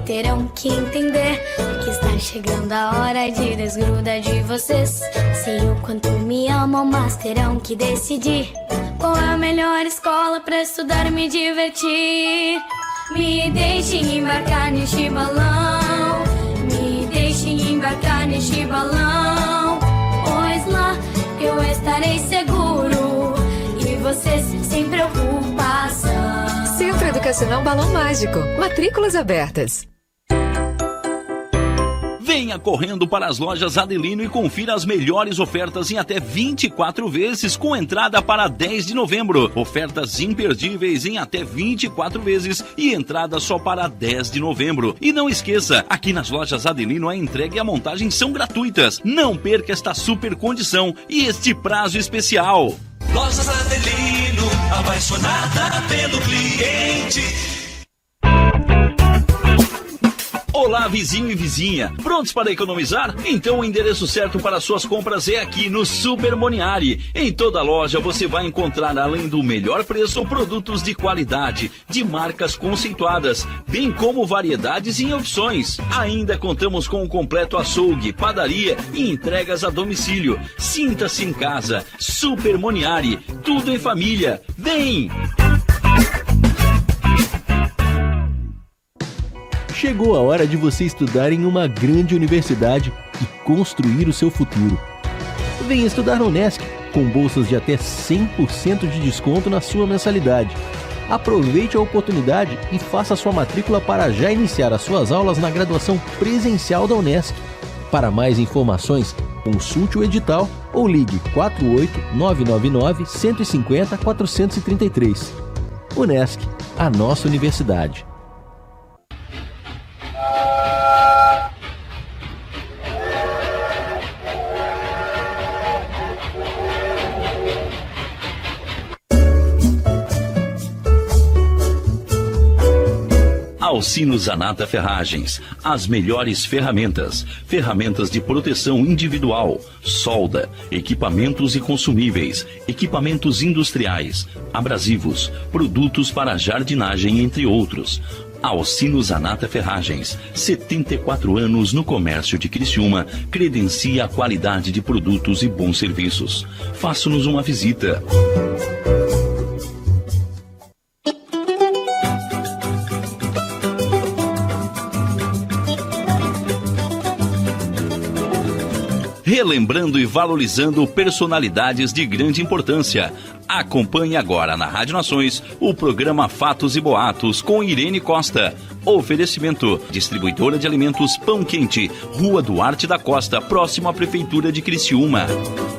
terão que entender que está chegando a hora de desgrudar de vocês. Sei o quanto me amam, mas terão que decidir qual é a melhor escola pra estudar e me divertir. Me deixem embarcar neste balão, me deixem embarcar neste balão, pois lá eu estarei seguro e vocês sem preocupação. Centro Educacional Balão Mágico. Matrículas abertas. Venha correndo para as lojas Adelino e confira as melhores ofertas em até 24 vezes com entrada para 10 de novembro. Ofertas imperdíveis em até 24 vezes e entrada só para 10 de novembro. E não esqueça, aqui nas lojas Adelino a entrega e a montagem são gratuitas. Não perca esta super condição e este prazo especial. Lojas Adelino, apaixonada pelo cliente. Olá, vizinho e vizinha. Prontos para economizar? Então o endereço certo para suas compras é aqui no Super Moniari. Em toda loja você vai encontrar, além do melhor preço, produtos de qualidade, de marcas conceituadas, bem como variedades e opções. Ainda contamos com um completo açougue, padaria e entregas a domicílio. Sinta-se em casa. Super Moniari. Tudo em família. Vem! Chegou a hora de você estudar em uma grande universidade e construir o seu futuro. Venha estudar na Unesc, com bolsas de até 100% de desconto na sua mensalidade. Aproveite a oportunidade e faça sua matrícula para já iniciar as suas aulas na graduação presencial da Unesc. Para mais informações, consulte o edital ou ligue 48-999-150-433. Unesc, a nossa universidade. Alcino Zanata Ferragens, as melhores ferramentas, ferramentas de proteção individual, solda, equipamentos e consumíveis, equipamentos industriais, abrasivos, produtos para jardinagem, entre outros. Alcino Zanata Ferragens, 74 anos no comércio de Criciúma, credencia a qualidade de produtos e bons serviços. Faça-nos uma visita. Relembrando e valorizando personalidades de grande importância. Acompanhe agora na Rádio Nações o programa Fatos e Boatos com Irene Costa. Oferecimento: Distribuidora de Alimentos Pão Quente, Rua Duarte da Costa, próximo à Prefeitura de Criciúma.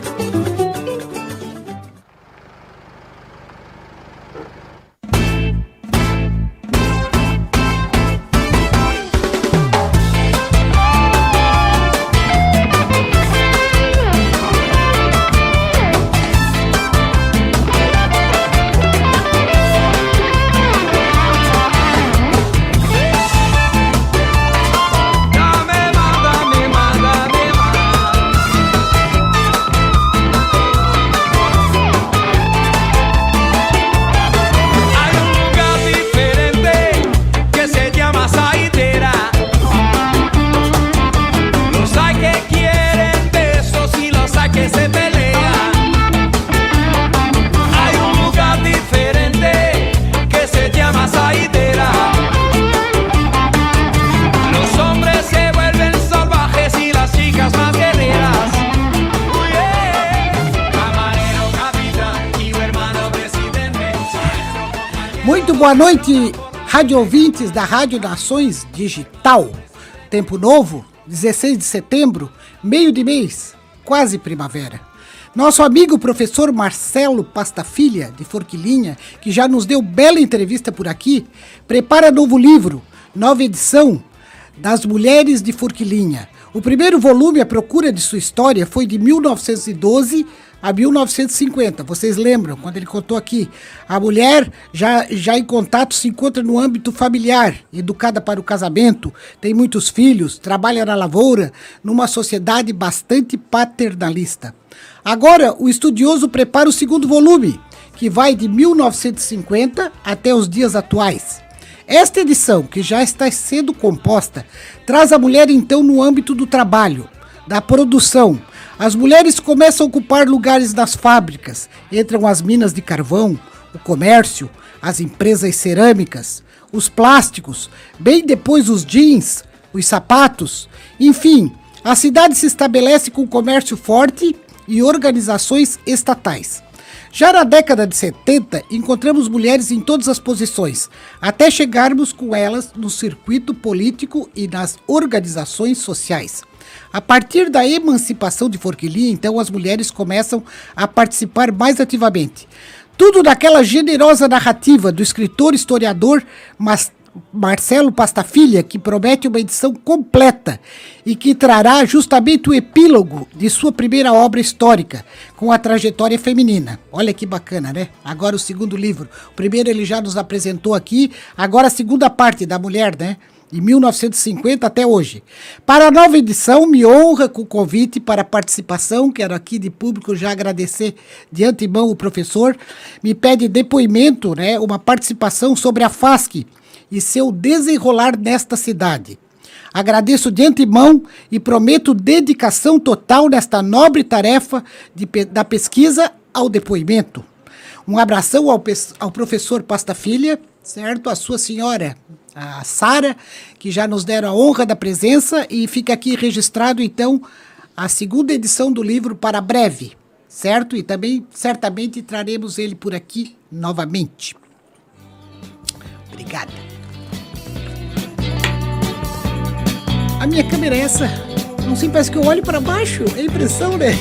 Boa noite, rádio ouvintes da Rádio Nações Digital. Tempo novo, 16 de setembro, meio de mês, quase primavera. Nosso amigo professor Marcelo Pastafilha, de Forquilinha, que já nos deu bela entrevista por aqui, prepara novo livro, nova edição, das Mulheres de Forquilinha. O primeiro volume, A Procura de Sua História, foi de 1912 a 1950, vocês lembram, quando ele contou aqui, a mulher já em contato se encontra no âmbito familiar, educada para o casamento, tem muitos filhos, trabalha na lavoura, numa sociedade bastante paternalista. Agora, o estudioso prepara o segundo volume, que vai de 1950 até os dias atuais. Esta edição, que já está sendo composta, traz a mulher então no âmbito do trabalho, da produção. As mulheres começam a ocupar lugares nas fábricas, entram as minas de carvão, o comércio, as empresas cerâmicas, os plásticos, bem depois os jeans, os sapatos, enfim, a cidade se estabelece com comércio forte e organizações estatais. Já na década de 70, encontramos mulheres em todas as posições, até chegarmos com elas no circuito político e nas organizações sociais. A partir da emancipação de Forquilha, então, as mulheres começam a participar mais ativamente. Tudo naquela generosa narrativa do escritor e historiador Marcelo Pastafilha, que promete uma edição completa e que trará justamente o epílogo de sua primeira obra histórica, com a trajetória feminina. Olha que bacana, né? Agora o segundo livro. O primeiro ele já nos apresentou aqui, agora a segunda parte da mulher, né? De 1950 até hoje. Para a nova edição, me honra com o convite para a participação, quero aqui de público já agradecer de antemão o professor, me pede depoimento, né, uma participação sobre a FASC e seu desenrolar nesta cidade. Agradeço de antemão e prometo dedicação total nesta nobre tarefa da pesquisa ao depoimento. Um abração ao professor Pastafilha, certo? A sua senhora, a Sara, que já nos deram a honra da presença, e fica aqui registrado, então, a segunda edição do livro para breve, certo? E também, certamente, traremos ele por aqui novamente. Obrigada. A minha câmera é essa. Não sei, parece que eu olho para baixo. É impressão, né?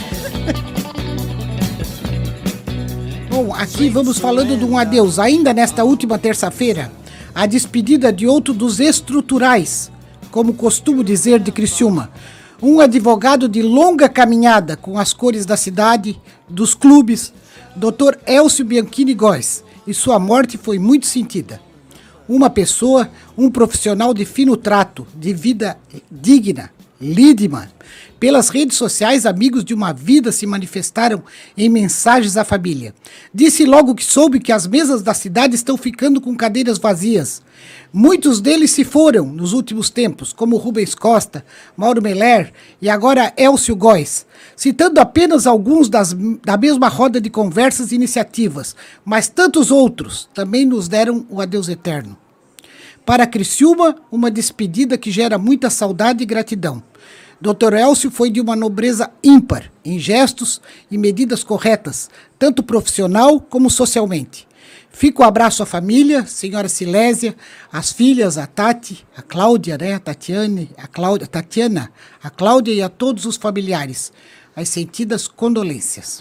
Bom, aqui vamos falando de um adeus. Ainda nesta última terça-feira, a despedida de outro dos estruturais, como costumo dizer, de Criciúma. Um advogado de longa caminhada com as cores da cidade, dos clubes, Dr. Elcio Bianchini Góes, e sua morte foi muito sentida. Uma pessoa, um profissional de fino trato, de vida digna, Lidman. Pelas redes sociais, amigos de uma vida se manifestaram em mensagens à família. Disse logo que soube que as mesas da cidade estão ficando com cadeiras vazias. Muitos deles se foram nos últimos tempos, como Rubens Costa, Mauro Meller e agora Elcio Góes, citando apenas alguns da mesma roda de conversas e iniciativas, mas tantos outros também nos deram o adeus eterno. Para Criciúma, uma despedida que gera muita saudade e gratidão. Dr. Elcio foi de uma nobreza ímpar, em gestos e medidas corretas, tanto profissional como socialmente. Fica o abraço à família, senhora Silésia, as filhas, a Tati, a Cláudia, né, a Tatiana, a Cláudia e a todos os familiares. As sentidas condolências.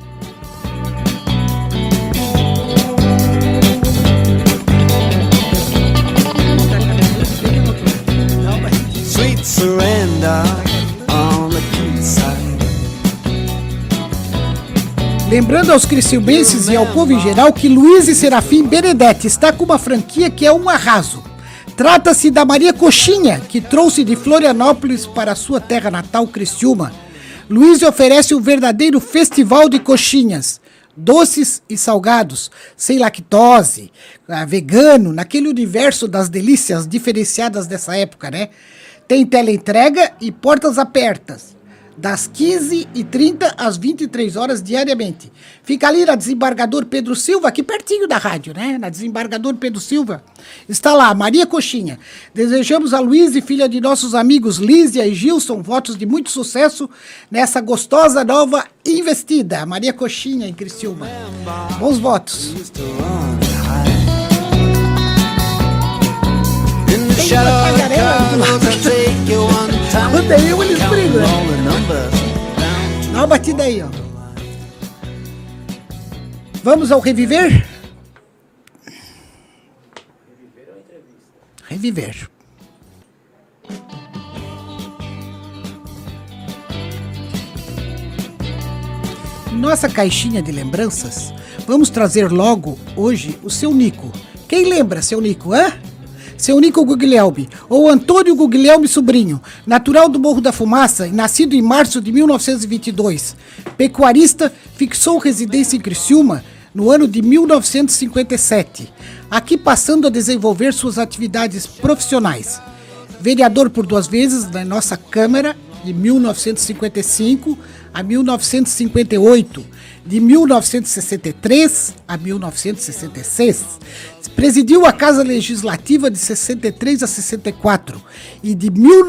Sweet surrender on the quayside. Lembrando aos criciumenses e ao povo em geral que Luiz e Serafim Benedetti está com uma franquia que é um arraso. Trata-se da Maria Coxinha, que trouxe de Florianópolis para a sua terra natal, Criciúma. Luiz oferece um verdadeiro festival de coxinhas, doces e salgados, sem lactose, vegano, naquele universo das delícias diferenciadas dessa época, né? Tem teleentrega e portas abertas, das 15h30 às 23 horas diariamente. Fica ali na Desembargador Pedro Silva, aqui pertinho da rádio, né? Na Desembargador Pedro Silva. Está lá, Maria Coxinha. Desejamos a Luiz e filha de nossos amigos Lísia e Gilson votos de muito sucesso nessa gostosa nova investida. Maria Coxinha em Criciúma. Bons votos. Tem uma tagarela do lado. Onde eu eles brigam, né? Dá uma batida aí, ó. Vamos ao reviver? Reviver. Em nossa caixinha de lembranças, vamos trazer logo, hoje, o seu Nico. Quem lembra, seu Nico, hã? Seu Nico Guglielmi, ou Antônio Guglielmi Sobrinho, natural do Morro da Fumaça e nascido em março de 1922. Pecuarista, fixou residência em Criciúma no ano de 1957, aqui passando a desenvolver suas atividades profissionais. Vereador por 2 vezes na nossa Câmara, de 1955 a 1958, de 1963 a 1966. Presidiu a Casa Legislativa de 63 a 64 e de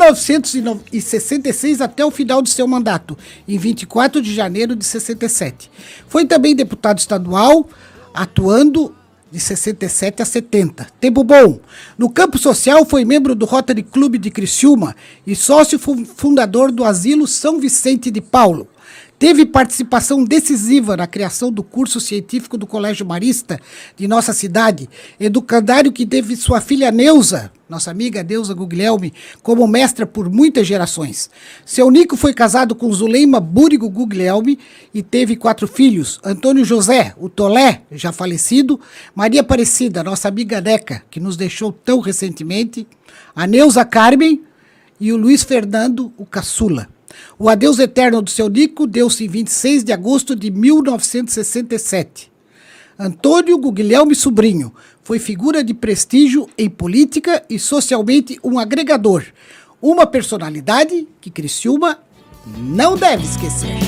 1966 até o final de seu mandato, em 24 de janeiro de 67. Foi também deputado estadual, atuando de 67 a 70. Tempo bom. No campo social, foi membro do Rotary Club de Criciúma e sócio fundador do Asilo São Vicente de Paulo. Teve participação decisiva na criação do curso científico do Colégio Marista de nossa cidade, educandário que teve sua filha Neuza, nossa amiga Neuza Guglielmi, como mestra por muitas gerações. Seu Nico foi casado com Zuleima Búrigo Guglielmi e teve 4 filhos, Antônio José, o Tolé, já falecido, Maria Aparecida, nossa amiga Neca, que nos deixou tão recentemente, a Neuza Carmen e o Luiz Fernando, o caçula. O adeus eterno do seu Nico deu-se em 26 de agosto de 1967. Antônio Guglielmi Sobrinho foi figura de prestígio em política e socialmente um agregador. Uma personalidade que Criciúma não deve esquecer.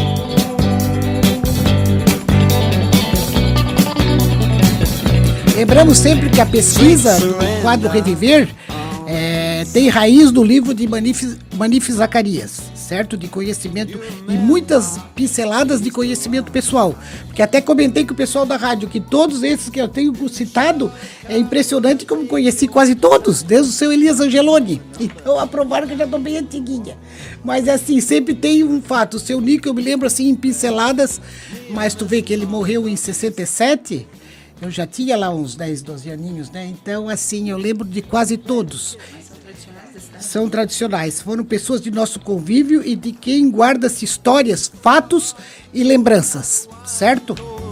Lembramos sempre que a pesquisa do quadro Reviver tem raiz no livro de Manif Zacarias, certo? De conhecimento e muitas pinceladas de conhecimento pessoal. Porque até comentei com o pessoal da rádio que todos esses que eu tenho citado, é impressionante como conheci quase todos, desde o seu Elias Angeloni. Então aprovaram que eu já estou bem antiguinha. Mas assim, sempre tem um fato. O seu Nico eu me lembro assim em pinceladas, mas tu vê que ele morreu em 67... Eu já tinha lá uns 10, 12 aninhos, né? Então, assim, eu lembro de quase todos. São tradicionais. Foram pessoas de nosso convívio e de quem guarda-se histórias, fatos e lembranças, certo?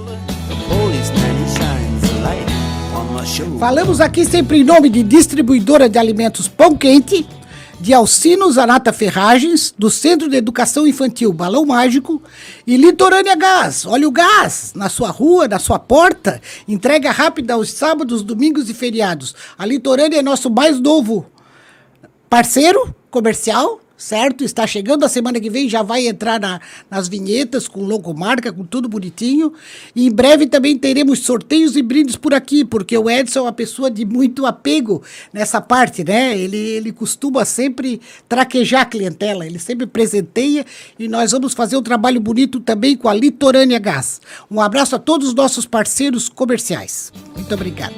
Falamos aqui sempre em nome de Distribuidora de Alimentos Pão Quente, de Alcinos Anata Ferragens, do Centro de Educação Infantil Balão Mágico e Litorânea Gás. Olha o gás na sua rua, na sua porta. Entrega rápida aos sábados, domingos e feriados. A Litorânea é nosso mais novo parceiro comercial, certo? Está chegando a semana que vem, já vai entrar nas vinhetas com logomarca, com tudo bonitinho. E em breve também teremos sorteios e brindes por aqui, porque o Edson é uma pessoa de muito apego nessa parte, né? Ele costuma sempre traquejar a clientela, ele sempre presenteia e nós vamos fazer um trabalho bonito também com a Litorânea Gás. Um abraço a todos os nossos parceiros comerciais. Muito obrigada.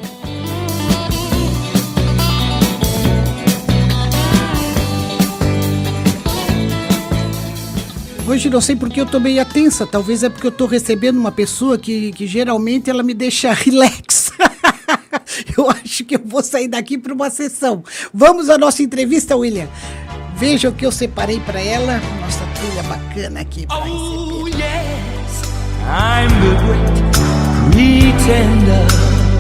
Hoje não sei porque eu tô meio tensa, talvez é porque eu tô recebendo uma pessoa que geralmente ela me deixa relax. Eu acho que eu vou sair daqui para uma sessão. Vamos à nossa entrevista, William. Veja o que eu separei para ela, nossa trilha bacana aqui para receber. Oh yes, I'm the great pretender.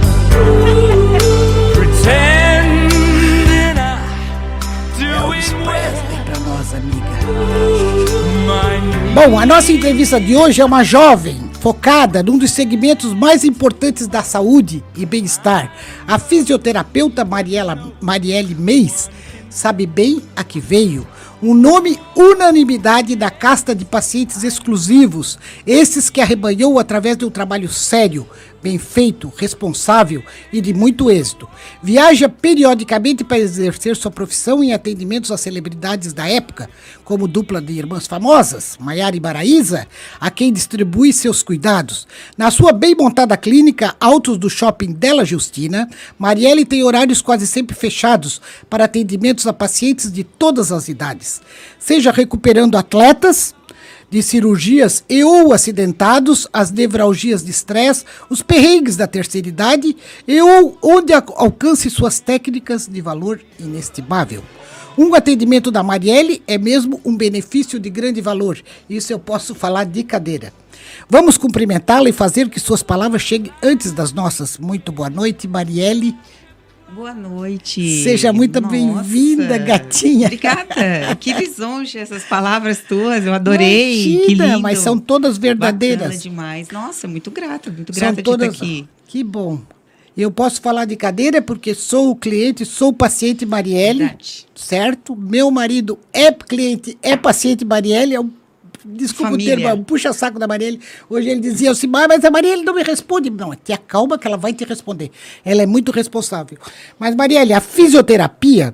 Pretending I do it well. Para nós, amiga. Bom, a nossa entrevista de hoje é uma jovem focada num dos segmentos mais importantes da saúde e bem-estar. A fisioterapeuta Marielle Meis sabe bem a que veio. Um nome unanimidade da casta de pacientes exclusivos, esses que arrebanhou através de um trabalho sério, bem feito, responsável e de muito êxito. Viaja periodicamente para exercer sua profissão em atendimentos a celebridades da época, como dupla de irmãs famosas, Maiara e Baraísa, a quem distribui seus cuidados. Na sua bem montada clínica Altos do Shopping Della Justina, Marielle tem horários quase sempre fechados para atendimentos a pacientes de todas as idades, seja recuperando atletas de cirurgias e ou acidentados, as nevralgias de estresse, os perrengues da terceira idade e ou onde alcance suas técnicas de valor inestimável. Um atendimento da Marielle é mesmo um benefício de grande valor. Isso eu posso falar de cadeira. Vamos cumprimentá-la e fazer que suas palavras cheguem antes das nossas. Muito boa noite, Marielle Boa noite. Seja muito bem-vinda, gatinha. Obrigada. Que lisonja essas palavras tuas, eu adorei. Imagina, que lindo. mas são todas verdadeiras. Bacana demais. Nossa, muito grata São de todas... estar aqui. Que bom. Eu posso falar de cadeira porque sou cliente, sou paciente Marielle, Verdade. certo? Meu marido é cliente, é paciente Marielle, desculpa Família. o termo, é um puxa-saco da Marielle. Hoje ele dizia assim, mas a Marielle não me responde. Não, te acalma que ela vai te responder. Ela é muito responsável. Mas, Marielle, a fisioterapia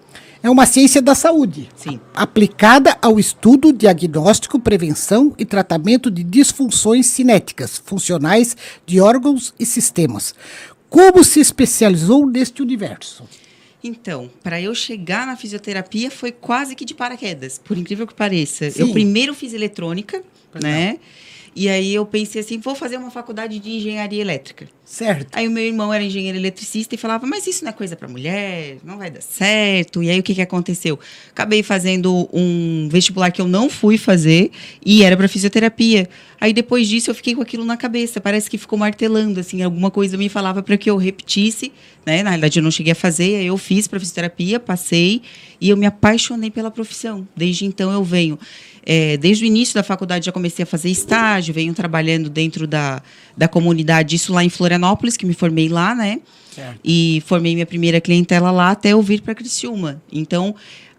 é uma ciência da saúde. Sim. Aplicada ao estudo, diagnóstico, prevenção e tratamento de disfunções cinéticas, funcionais de órgãos e sistemas. Como se especializou neste universo? Então, para eu chegar na fisioterapia foi quase que de paraquedas, por incrível que pareça. Sim. Eu primeiro fiz eletrônica, Pois né? E aí eu pensei assim, vou fazer uma faculdade de engenharia elétrica. Certo. Aí o meu irmão era engenheiro eletricista e falava, mas isso não é coisa para mulher, não vai dar certo. E aí o que aconteceu? Acabei fazendo um vestibular que eu não fui fazer e era para fisioterapia. Aí depois disso eu fiquei com aquilo na cabeça, parece que ficou martelando, assim, alguma coisa me falava para que eu repetisse, né? Na realidade eu não cheguei a fazer, aí eu fiz para fisioterapia, passei e eu me apaixonei pela profissão. Desde então eu venho... desde o início da faculdade já comecei a fazer estágio, venho trabalhando dentro da comunidade, isso lá em Florianópolis, que me formei lá, né? Certo. E formei minha primeira clientela lá até eu vir para Criciúma. Então,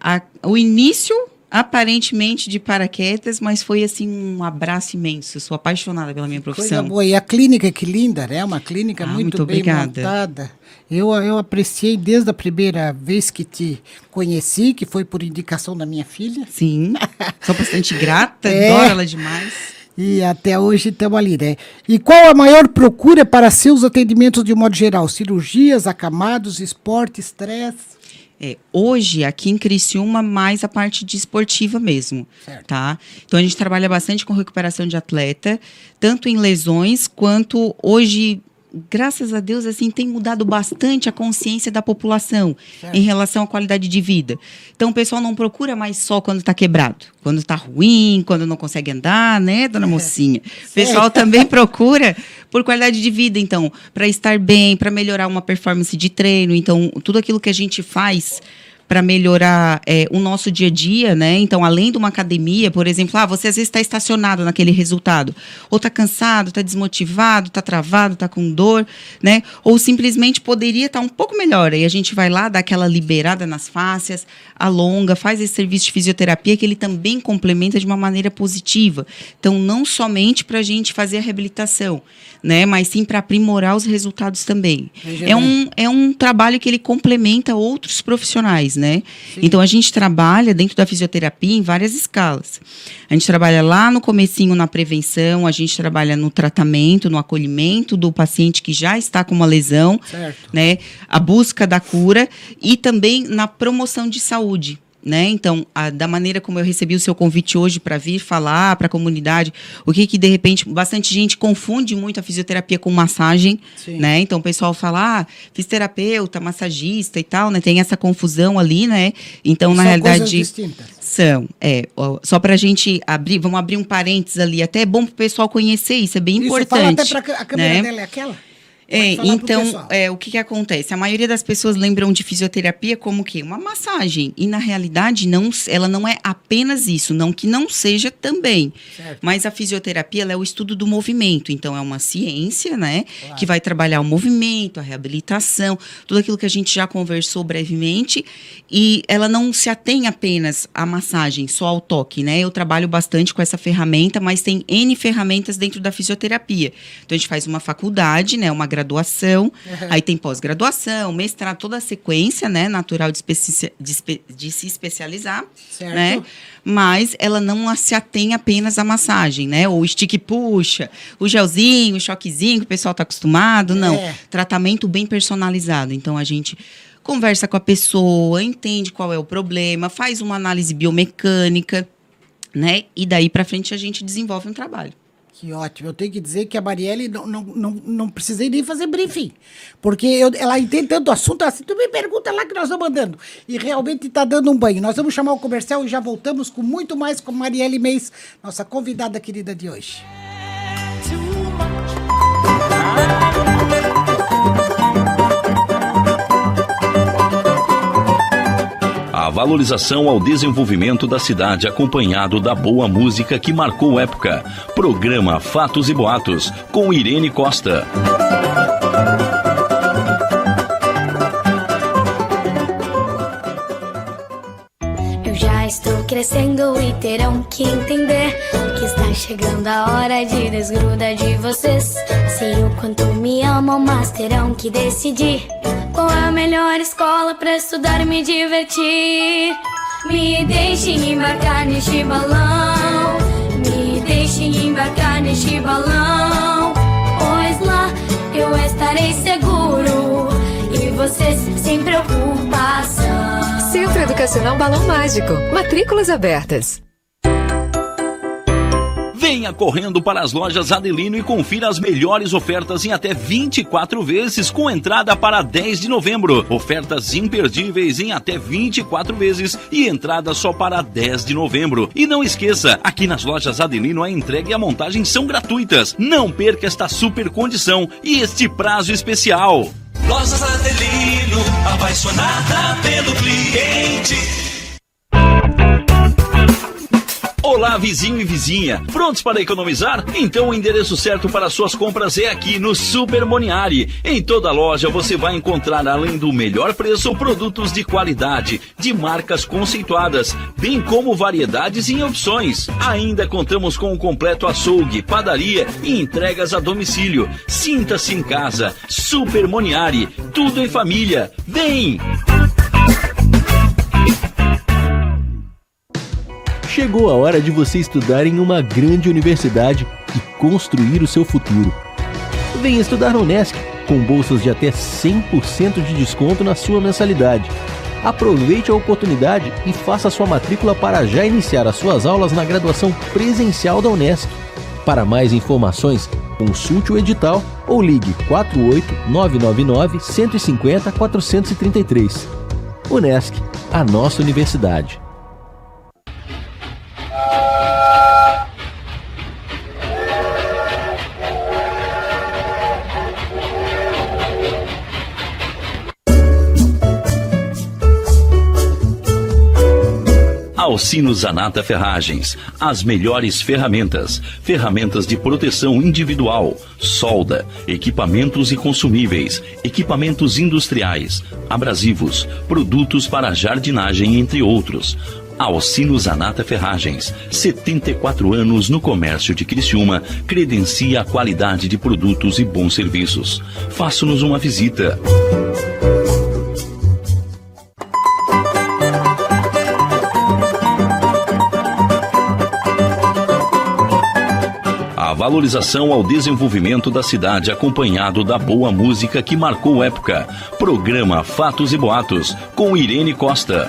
o início, aparentemente, de paraquedas, mas foi assim um abraço imenso. Sou apaixonada pela minha profissão. Coisa boa. E a clínica, que linda, né? Uma clínica muito bem obrigada. montada. Eu apreciei desde a primeira vez que te conheci, que foi por indicação da minha filha. Sim, sou bastante grata, É. adoro ela demais. E até hoje estamos ali, né? E qual a maior procura para seus atendimentos de modo geral? Cirurgias, acamados, esporte, estresse? Hoje, aqui em Criciúma, mais a parte de esportiva mesmo, Certo. tá? Então, a gente trabalha bastante com recuperação de atleta, tanto em lesões, quanto hoje, graças a Deus, assim, tem mudado bastante a consciência da população Certo. em relação à qualidade de vida. Então, o pessoal não procura mais só quando está quebrado, quando está ruim, quando não consegue andar, né, dona mocinha? O pessoal também procura por qualidade de vida, então, para estar bem, para melhorar uma performance de treino. Então, tudo aquilo que a gente faz para melhorar o nosso dia a dia, né? Então, além de uma academia, por exemplo, você às vezes está estacionado naquele resultado, ou está cansado, está desmotivado, está travado, está com dor, né? Ou simplesmente poderia estar um pouco melhor. Aí a gente vai lá, dá aquela liberada nas fáscias, alonga, faz esse serviço de fisioterapia que ele também complementa de uma maneira positiva. Então, não somente para a gente fazer a reabilitação, né? Mas sim para aprimorar os resultados também. É um trabalho que ele complementa outros profissionais, né? Então, a gente trabalha dentro da fisioterapia em várias escalas. A gente trabalha lá no comecinho na prevenção, a gente trabalha no tratamento, no acolhimento do paciente que já está com uma lesão, Certo. né? A busca da cura e também na promoção de saúde. Né? Então, da maneira como eu recebi o seu convite hoje para vir falar para a comunidade, o que de repente, bastante gente confunde muito a fisioterapia com massagem, Sim. né? Então, o pessoal fala, fisioterapeuta, massagista e tal, né? Tem essa confusão ali, né? Então, na São realidade... coisas distintas. São, só para a gente abrir, vamos abrir um parênteses ali, até é bom para o pessoal conhecer isso, é bem importante. Fala até para a câmera né? dela, é aquela? Pode falar pro Então, pessoal. o que acontece? A maioria das pessoas lembram de fisioterapia como o quê? Uma massagem. E, na realidade, ela não é apenas isso. Não que não seja também. Certo. Mas a fisioterapia, ela é o estudo do movimento. Então, é uma ciência, né? Claro. Que vai trabalhar o movimento, a reabilitação, tudo aquilo que a gente já conversou brevemente. E ela não se atém apenas à massagem, só ao toque, né? Eu trabalho bastante com essa ferramenta, mas tem N ferramentas dentro da fisioterapia. Então, a gente faz uma faculdade, né? Uma graduação, aí tem pós-graduação, mestrado, toda a sequência, né, natural de se especializar, Certo. né, mas ela não se atém apenas à massagem, né, ou stick puxa, o gelzinho, o choquezinho que o pessoal está acostumado, não, tratamento bem personalizado, então a gente conversa com a pessoa, entende qual é o problema, faz uma análise biomecânica, né, e daí para frente a gente desenvolve um trabalho. Que ótimo. Eu tenho que dizer que a Marielle não precisei nem fazer briefing. Porque ela entende tanto o assunto assim. Tu me pergunta lá que nós estamos andando. E realmente está dando um banho. Nós vamos chamar o comercial e já voltamos com muito mais com Marielle Meis, nossa convidada querida de hoje. valorização ao desenvolvimento da cidade acompanhado da boa música que marcou época. Programa Fatos e Boatos, com Irene Costa. Eu já estou crescendo e terão que entender que está chegando a hora de desgrudar de vocês. Sei o quanto me amam, mas terão que decidir qual é a melhor escola pra estudar e me divertir. Me deixem embarcar neste balão, me deixem embarcar neste balão, pois lá eu estarei seguro e vocês sem preocupação. Centro Educacional Balão Mágico. Matrículas abertas. Venha correndo para as lojas Adelino e confira as melhores ofertas em até 24 vezes com entrada para 10 de novembro. Ofertas imperdíveis em até 24 vezes e entrada só para 10 de novembro. E não esqueça, aqui nas lojas Adelino a entrega e a montagem são gratuitas. Não perca esta super condição e este prazo especial. Lojas Adelino, apaixonada pelo cliente. Olá, vizinho e vizinha. Prontos para economizar? Então o endereço certo para suas compras é aqui no Super Moniari. Em toda loja você vai encontrar, além do melhor preço, produtos de qualidade, de marcas conceituadas, bem como variedades e opções. Ainda contamos com um completo açougue, padaria e entregas a domicílio. Sinta-se em casa. Super Moniari. Tudo em família. Vem! Chegou a hora de você estudar em uma grande universidade e construir o seu futuro. Venha estudar na Unesc, com bolsas de até 100% de desconto na sua mensalidade. Aproveite a oportunidade e faça sua matrícula para já iniciar as suas aulas na graduação presencial da Unesc. Para mais informações, consulte o edital ou ligue 48-999-150-433. Unesc, a nossa universidade. Alcino Zanata Ferragens, as melhores ferramentas, ferramentas de proteção individual, solda, equipamentos e consumíveis, equipamentos industriais, abrasivos, produtos para jardinagem, entre outros. Alcino Zanata Ferragens, 74 anos no comércio de Criciúma, credencia a qualidade de produtos e bons serviços. Faça-nos uma visita. Valorização ao desenvolvimento da cidade acompanhado da boa música que marcou época. Programa Fatos e Boatos, com Irene Costa.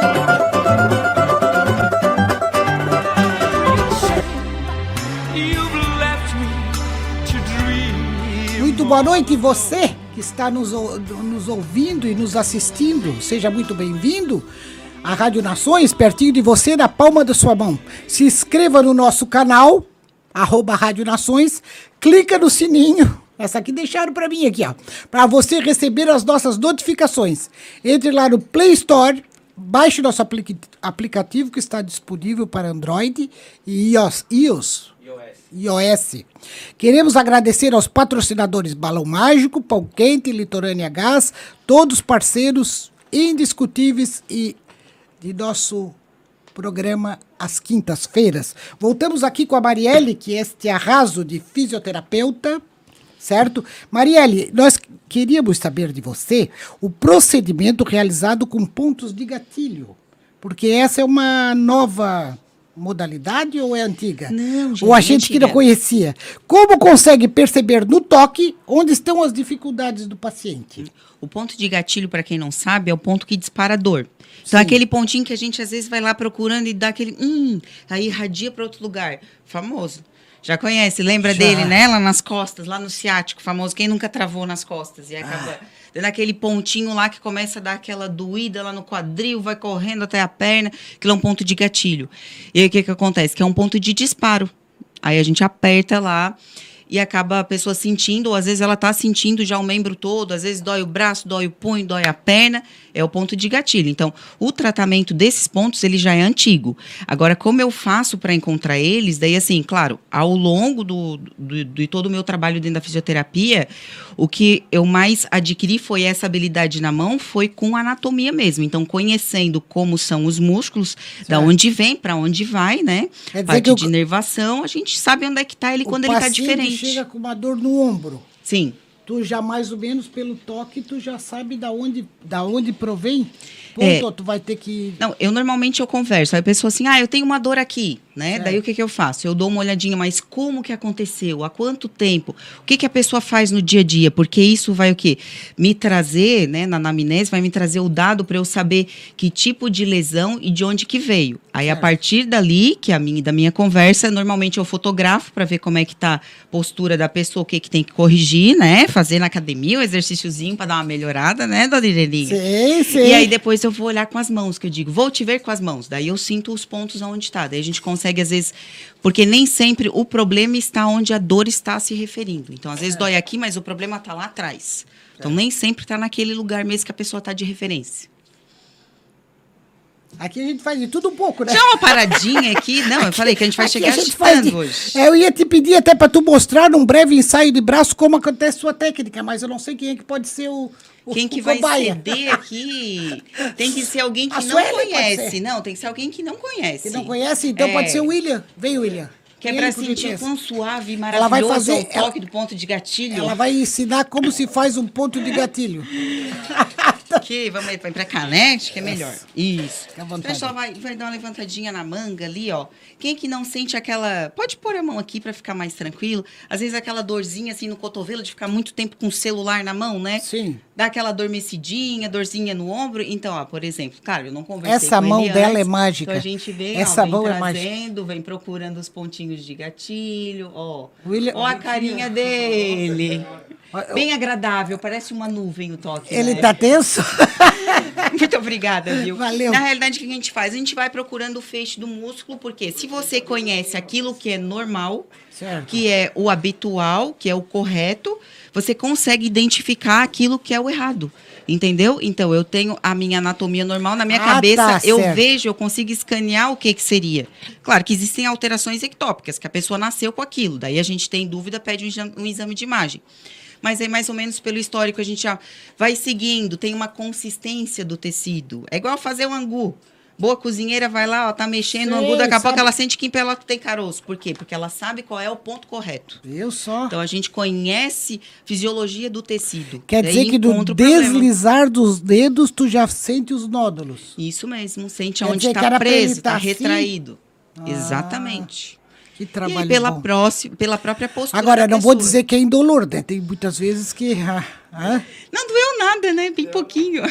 Muito boa noite, você que está nos ouvindo e nos assistindo. Seja muito bem-vindo à Rádio Nações, pertinho de você, na palma da sua mão. Se inscreva no nosso canal, @Rádio Nações, clica no sininho, essa aqui deixaram para mim aqui, ó, para você receber as nossas notificações. Entre lá no Play Store, baixe nosso aplicativo que está disponível para Android e iOS. Queremos agradecer aos patrocinadores Balão Mágico, Pão Quente, Litorânea Gás, todos parceiros indiscutíveis e de nosso programa às quintas-feiras. Voltamos aqui com a Marielle, que é este arraso de fisioterapeuta, certo? Marielle, nós queríamos saber de você o procedimento realizado com pontos de gatilho, porque essa é uma nova modalidade ou é antiga? Não, gente, ou a gente que não conhecia. Como consegue perceber no toque onde estão as dificuldades do paciente? O ponto de gatilho, para quem não sabe, é o ponto que dispara a dor. Então, Sim. aquele pontinho que a gente, às vezes, vai lá procurando e dá aquele... aí irradia para outro lugar. Famoso. Já conhece, lembra dele, né? Lá nas costas, lá no ciático, famoso. Quem nunca travou nas costas e acaba dando aquele pontinho lá que começa a dar aquela doída lá no quadril, vai correndo até a perna. Aquilo é um ponto de gatilho. E aí, o que acontece? Que é um ponto de disparo. Aí a gente aperta lá e acaba a pessoa sentindo, ou às vezes ela está sentindo já o membro todo, às vezes dói o braço, dói o punho, dói a perna, é o ponto de gatilho. Então, o tratamento desses pontos, ele já é antigo. Agora, como eu faço para encontrar eles? Daí, assim, claro, ao longo de todo o meu trabalho dentro da fisioterapia, o que eu mais adquiri foi essa habilidade na mão, foi com anatomia mesmo. Então, conhecendo como são os músculos, da onde vem, para onde vai, né? Parte de inervação, a gente sabe onde é que está ele quando ele está diferente. Chega com uma dor no ombro. Sim. Tu já mais ou menos pelo toque, tu já sabe da onde provém. Ponto, tu vai ter que... Não, eu normalmente converso. Aí a pessoa assim, eu tenho uma dor aqui, né? Daí o que eu faço? Eu dou uma olhadinha, mas como que aconteceu? Há quanto tempo? O que a pessoa faz no dia a dia? Porque isso vai o quê? Me trazer, né, na anamnese, vai me trazer o dado para eu saber que tipo de lesão e de onde que veio. Aí, a partir dali, que da minha conversa, normalmente eu fotografo para ver como é que tá a postura da pessoa, o que tem que corrigir, né? Fazer na academia um exercíciozinho para dar uma melhorada, né, dona Irelinha? Sim. E aí, depois eu vou olhar com as mãos, que eu digo, vou te ver com as mãos. Daí eu sinto os pontos onde está. Daí a gente consegue, às vezes, porque nem sempre o problema está onde a dor está se referindo. Então, às vezes dói aqui, mas o problema está lá atrás. Então, nem sempre está naquele lugar mesmo que a pessoa está de referência. Aqui a gente faz de tudo um pouco, né? Já uma paradinha aqui. Não, eu falei que a gente vai chegar agitando hoje. Eu ia te pedir até para tu mostrar num breve ensaio de braço como acontece a sua técnica, mas eu não sei quem é que pode ser quem que vai ceder aqui? Tem que ser alguém que não conhece. Não, tem que ser alguém que não conhece. Que não conhece? Então pode ser o William. Vem, William. Que é para sentir quão suave e maravilhoso o toque do ponto de gatilho. Ela vai ensinar como se faz um ponto de gatilho. Que vamos para a canete, que é melhor. Isso. O pessoal vai dar uma levantadinha na manga ali, ó. Quem que não sente aquela... Pode pôr a mão aqui para ficar mais tranquilo. Às vezes aquela dorzinha assim no cotovelo de ficar muito tempo com o celular na mão, né? Sim. Dá aquela adormecidinha, dorzinha no ombro. Então, ó, por exemplo, claro, eu não conversei essa com mão ele dela antes, é mágica. Então a gente vem, essa vem mão trazendo, vem procurando os pontinhos de gatilho, ó. Ó a carinha dele. Bem agradável, parece uma nuvem o toque. Ele né? tá tenso? Muito obrigada, viu? Valeu. Na realidade, o que a gente faz? A gente vai procurando o feixe do músculo, porque se você conhece aquilo que é normal, certo, que é o habitual, que é o correto, você consegue identificar aquilo que é o errado. Entendeu? Então, eu tenho a minha anatomia normal na minha cabeça, eu vejo, eu consigo escanear o que seria. Claro que existem alterações ectópicas, que a pessoa nasceu com aquilo. Daí a gente tem dúvida, pede um exame de imagem. Mas aí, mais ou menos, pelo histórico, a gente já vai seguindo, tem uma consistência do tecido. É igual fazer o angu. Boa cozinheira vai lá, ó, tá mexendo no angu, daqui a pouco ela sente que em Pelotas tem caroço. Por quê? Porque ela sabe qual é o ponto correto. Eu só. Então, a gente conhece fisiologia do tecido. Quer dizer que do deslizar dos dedos, tu já sente os nódulos. Isso mesmo, sente onde está preso, está retraído. Exatamente. Que trabalho bom. Pela própria postura. Agora, não vou dizer que é indolor, né? Tem muitas vezes que... Não doeu nada, né? Bem pouquinho.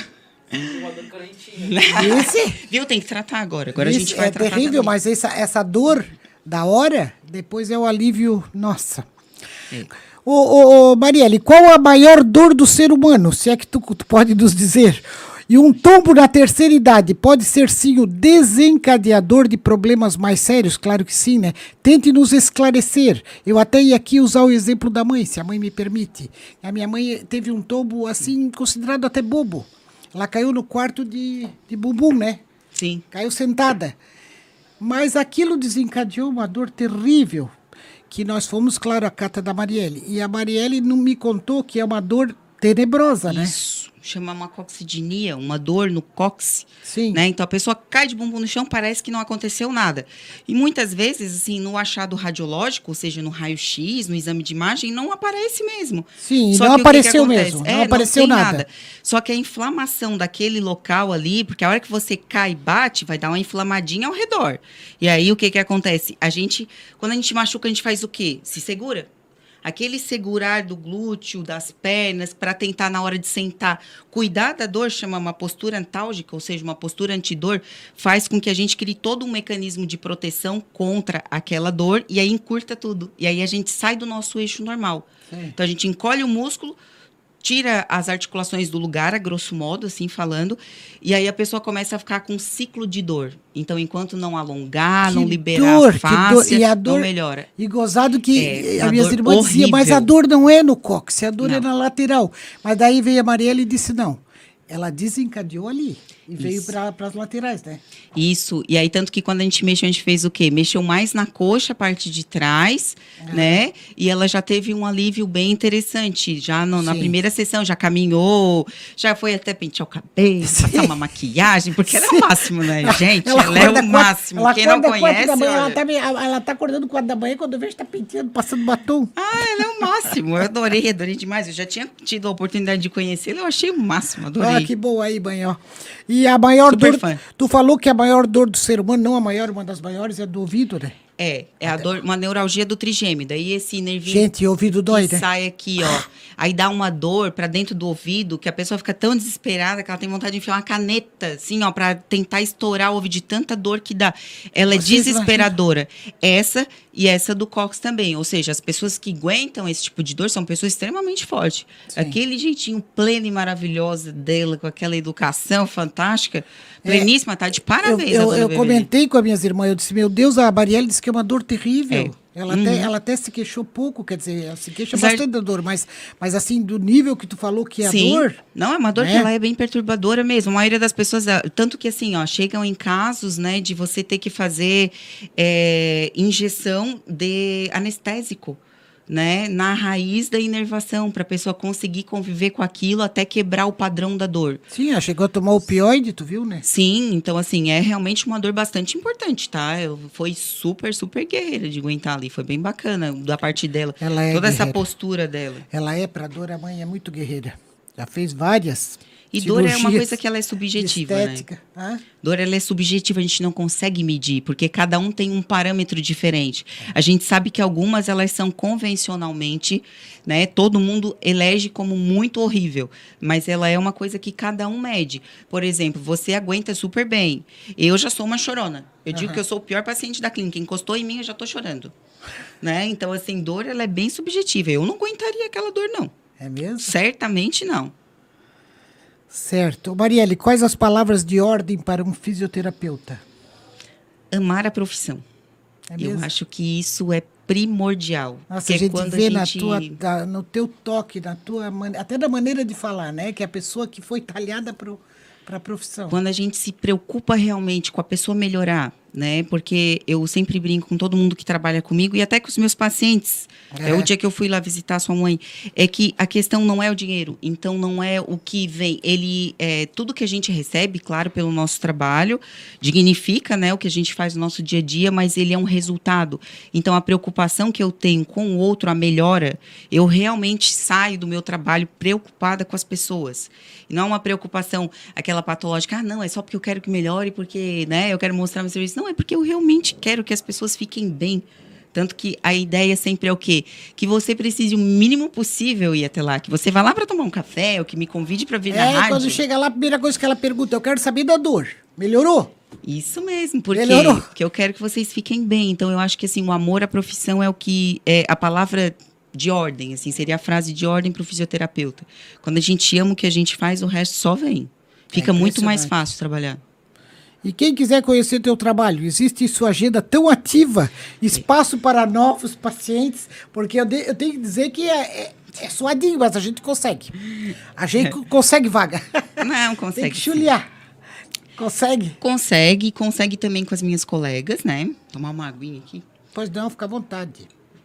Viu? Tem que tratar agora. Agora a gente vai tratar. É terrível, mas essa dor da hora, depois é o alívio... Nossa. Ô, Marielle, qual a maior dor do ser humano? Se é que tu pode nos dizer... E um tombo na terceira idade pode ser, sim, o desencadeador de problemas mais sérios? Claro que sim, né? Tente nos esclarecer. Eu até ia aqui usar o exemplo da mãe, se a mãe me permite. A minha mãe teve um tombo, assim, considerado até bobo. Ela caiu no quarto de bumbum, né? Sim. Caiu sentada. Mas aquilo desencadeou uma dor terrível, que nós fomos, claro, à cata da Marielle. E a Marielle não me contou que é uma dor tenebrosa, né? Isso. Chama uma coxidinia, uma dor no cóccix. Sim. Né? Então, a pessoa cai de bumbum no chão, parece que não aconteceu nada. E muitas vezes, assim, no achado radiológico, ou seja, no raio-x, no exame de imagem, não aparece mesmo. Sim, não apareceu mesmo, não apareceu nada. Só que a inflamação daquele local ali, porque a hora que você cai e bate, vai dar uma inflamadinha ao redor. E aí, o que acontece? Quando a gente machuca, a gente faz o quê? Se segura. Aquele segurar do glúteo, das pernas, para tentar, na hora de sentar, cuidar da dor, chama uma postura antálgica, ou seja, uma postura antidor, faz com que a gente crie todo um mecanismo de proteção contra aquela dor, e aí encurta tudo. E aí a gente sai do nosso eixo normal. Sim. Então, a gente encolhe o músculo, tira as articulações do lugar, a grosso modo, assim falando, e aí a pessoa começa a ficar com um ciclo de dor. Então, enquanto não alongar, não liberar a face, e a dor, não melhora. E gozado que as a minhas dor irmãs diziam, mas a horrível. dor não é no cóccix, a dor é Não. na lateral. Mas daí veio a Marielle e disse, não, ela desencadeou ali e veio para as laterais, né? Isso, e aí tanto que quando a gente mexeu, a gente fez o quê? Mexeu mais na coxa, a parte de trás, né? E ela já teve um alívio bem interessante, já na Sim. primeira sessão, já caminhou, já foi até pentear o cabelo, passar uma maquiagem, porque ela é o máximo, né, gente? Ela é acorda o máximo, ela quem não acorda 4 da conhece, manhã, olha. ela tá acordando 4 da manhã, quando eu vejo tá penteando, passando batom. Ela é o máximo, eu adorei demais, eu já tinha tido a oportunidade de conhecê-la, eu achei o máximo, adorei. Ah, que boa aí, Banhó. E a maior Super dor, fã. tu falou que a maior dor do ser humano, não a maior, uma das maiores, é do ouvido, né? É a dor, uma neuralgia do trigêmeo. Daí esse nervinho Gente, ouvido dói, que né? sai aqui, ó. Aí dá uma dor pra dentro do ouvido que a pessoa fica tão desesperada que ela tem vontade de enfiar uma caneta, assim, ó, pra tentar estourar o ouvido de tanta dor que dá. Ela é Vocês desesperadora. Essa e essa do cóccix também. Ou seja, as pessoas que aguentam esse tipo de dor são pessoas extremamente fortes. Sim. Aquele jeitinho pleno e maravilhoso dela, com aquela educação fantástica, pleníssima, tá de parabéns. a dona Eu Bebê. comentei com as minhas irmãs, eu disse, meu Deus, a Marielle disse que é uma dor terrível. É. Ela até se queixou pouco, quer dizer, ela se queixa Apesar bastante da dor, mas assim, do nível que tu falou que é a Sim. dor... Não, é uma dor né? que ela é bem perturbadora mesmo. A maioria das pessoas, tanto que assim, ó, chegam em casos, né, de você ter que fazer injeção de anestésico, né, na raiz da inervação, para a pessoa conseguir conviver com aquilo até quebrar o padrão da dor. Sim, ela chegou a tomar opioide, tu viu, né? Sim, então assim, é realmente uma dor bastante importante, tá? Foi super, super guerreira de aguentar ali, foi bem bacana da parte dela. Ela é toda essa guerreira. postura dela. Ela é, pra dor, a mãe é muito guerreira. Já fez várias E dor é uma cirurgias coisa que ela é subjetiva, né? estética. Hã? Dor, ela é subjetiva, a gente não consegue medir, porque cada um tem um parâmetro diferente. A gente sabe que algumas, elas são convencionalmente, né, todo mundo elege como muito horrível, mas ela é uma coisa que cada um mede. Por exemplo, você aguenta super bem. Eu já sou uma chorona. Eu digo que eu sou o pior paciente da clínica. Encostou em mim, eu já tô chorando. Né? Então, assim, dor, ela é bem subjetiva. Eu não aguentaria aquela dor, não. É mesmo? Certamente não. Certo. Marielle, quais as palavras de ordem para um fisioterapeuta? Amar a profissão. É Eu mesmo? acho que isso é primordial. Nossa, porque a gente quando vê a gente... no teu toque, até da maneira de falar, né? Que é a pessoa que foi talhada para a profissão. Quando a gente se preocupa realmente com a pessoa melhorar, né? Porque eu sempre brinco com todo mundo que trabalha comigo e até com os meus pacientes. É o dia que eu fui lá visitar a sua mãe. É que a questão não é o dinheiro. Então, não é o que vem. Tudo que a gente recebe, claro, pelo nosso trabalho, dignifica, né? O que a gente faz no nosso dia a dia, mas ele é um resultado. Então, a preocupação que eu tenho com o outro, a melhora, eu realmente saio do meu trabalho preocupada com as pessoas. E não é uma preocupação, aquela patológica, não, é só porque eu quero que melhore, porque, né, eu quero mostrar meu serviço. Não, é porque eu realmente quero que as pessoas fiquem bem. Tanto que a ideia sempre é o quê? Que você precise o mínimo possível ir até lá. Que você vá lá para tomar um café, ou que me convide para vir na rádio. Quando chega lá, a primeira coisa que ela pergunta, eu quero saber da dor. Melhorou? Isso mesmo, porque Melhorou. eu quero que vocês fiquem bem. Então, eu acho que assim, o amor à profissão é o que é a palavra de ordem, assim, seria a frase de ordem para o fisioterapeuta. Quando a gente ama o que a gente faz, o resto só vem. Fica muito mais impressionante. fácil trabalhar. E quem quiser conhecer teu trabalho, existe sua agenda tão ativa, espaço para novos pacientes, porque eu tenho que dizer que é suadinho, mas a gente consegue. A gente consegue vaga. Não, consegue. Tem que sim. chulear. Consegue? Consegue também com as minhas colegas, né? Tomar uma aguinha aqui. Pois não, fica à vontade.